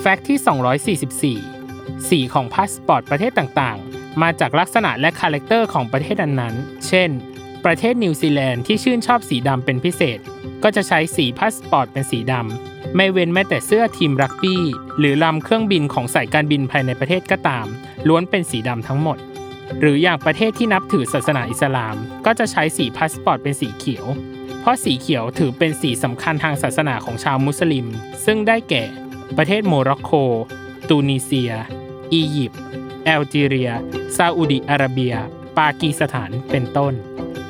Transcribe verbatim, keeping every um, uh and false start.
แฟกต์ที่สองร้อยสี่สิบสี่ สีของพาสปอร์ตประเทศต่างๆมาจากลักษณะและคาแรคเตอร์ของประเทศนั้นๆเช่นประเทศนิวซีแลนด์ที่ชื่นชอบสีดำเป็นพิเศษก็จะใช้สีพาสปอร์ตเป็นสีดำไม่เว้นแม้แต่เสื้อทีมรักบี้หรือลำเครื่องบินของสายการบินภายในประเทศก็ตามล้วนเป็นสีดำทั้งหมดหรืออย่างประเทศที่นับถือศาสนาอิสลามก็จะใช้สีพาสปอร์ตเป็นสีเขียวเพราะสีเขียวถือเป็นสีสำคัญทางศาสนาของชาวมุสลิมซึ่งได้แก่ประเทศโมร็อกโกตูนิเซียอียิปต์แอลจีเรียซาอุดิอาระเบียปากีสถานเป็นต้น